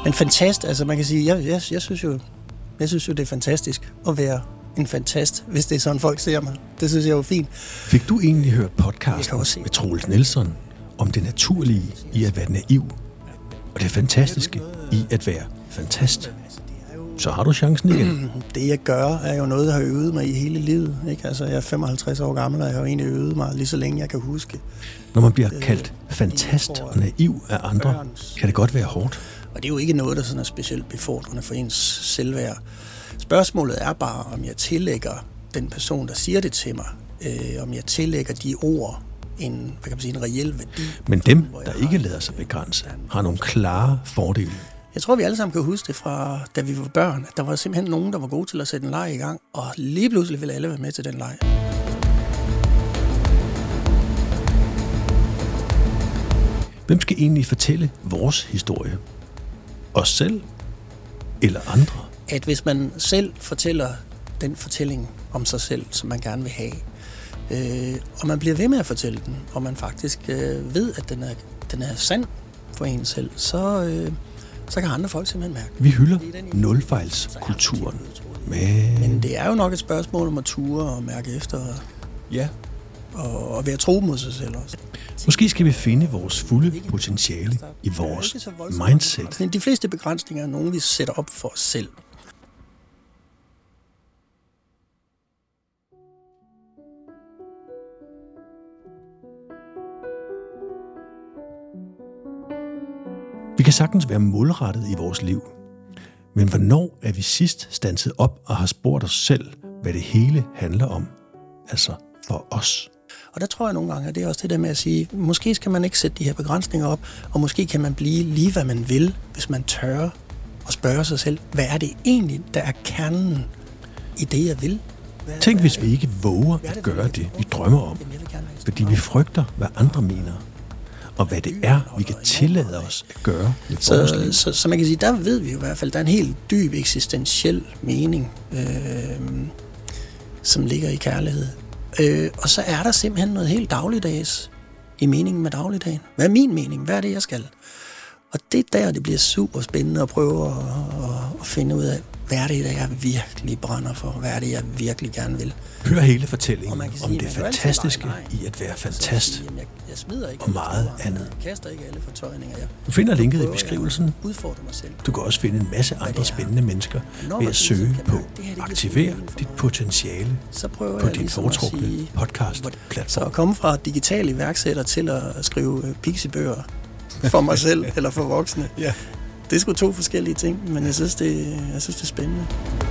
Men fantast, altså man kan sige, jeg synes jo, det er fantastisk at være en fantast, hvis det er sådan, folk ser mig. Det synes jeg er jo fint. Fik du egentlig hørt podcasten med Troels Nielsen om det naturlige i at være naiv, og det fantastiske i at være fantast? Så har du chancen igen. Det jeg gør, er jo noget, jeg har øvet mig i hele livet. Ikke? Altså, jeg er 55 år gammel, og jeg har jo egentlig øvet mig lige så længe jeg kan huske. Når man bliver kaldt fantast og naiv af andre, kan det godt være hårdt. Og det er jo ikke noget, der sådan er specielt befordrende for ens selvværd. Spørgsmålet er bare, om jeg tillægger den person, der siger det til mig, om jeg tillægger de ord en reel værdi. Men dem, der ikke lader sig begrænse, har nogle klare fordele. Jeg tror, vi alle sammen kan huske det fra, da vi var børn, at der var simpelthen nogen, der var gode til at sætte en leg i gang, og lige pludselig ville alle være med til den leg. Hvem skal egentlig fortælle vores historie? Os selv eller andre? At hvis man selv fortæller den fortælling om sig selv, som man gerne vil have, og man bliver ved med at fortælle den, og man faktisk ved, at den er sand for en selv, så kan andre folk simpelthen mærke. Vi hylder nulfejlskulturen. Men det er jo nok et spørgsmål om at ture og mærke efter. Ja. Og være tro mod sig selv også. Måske skal vi finde vores fulde potentiale i vores mindset. De fleste begrænsninger er nogen, vi sætter op for os selv. Vi kan sagtens være målrettet i vores liv. Men hvornår er vi sidst standset op og har spurgt os selv, hvad det hele handler om? Altså for os. Og der tror jeg nogle gange, at det er også det der med at sige, måske skal man ikke sætte de her begrænsninger op, og måske kan man blive lige, hvad man vil, hvis man tør at spørge sig selv, hvad er det egentlig, der er kernen i det, jeg vil? Tænk, hvis vi ikke våger at gøre det, vi drømmer om, fordi vi frygter, hvad andre mener, og hvad det er, vi kan tillade os at gøre med vores liv. Så man kan sige, der ved vi jo i hvert fald, der er en helt dyb eksistentiel mening, som ligger i kærlighed. Og så er der simpelthen noget helt dagligdags i meningen med dagligdagen. Hvad er min mening? Hvad er det, jeg skal? Og det er der, det bliver super spændende at prøve at finde ud af, hvad er det, jeg virkelig brænder for? Hvad er det, jeg virkelig gerne vil? Hør hele fortællingen om det fantastiske i at være fantast og meget andet. Du finder linket i beskrivelsen. Du kan også finde en masse andre spændende mennesker ved at søge på Aktiver dit potentiale på din foretrukne podcast-platform. Så at komme fra digital iværksætter til at skrive pixiebøger for mig selv eller for voksne. Ja. Det er sgu to forskellige ting, men jeg synes, det er spændende.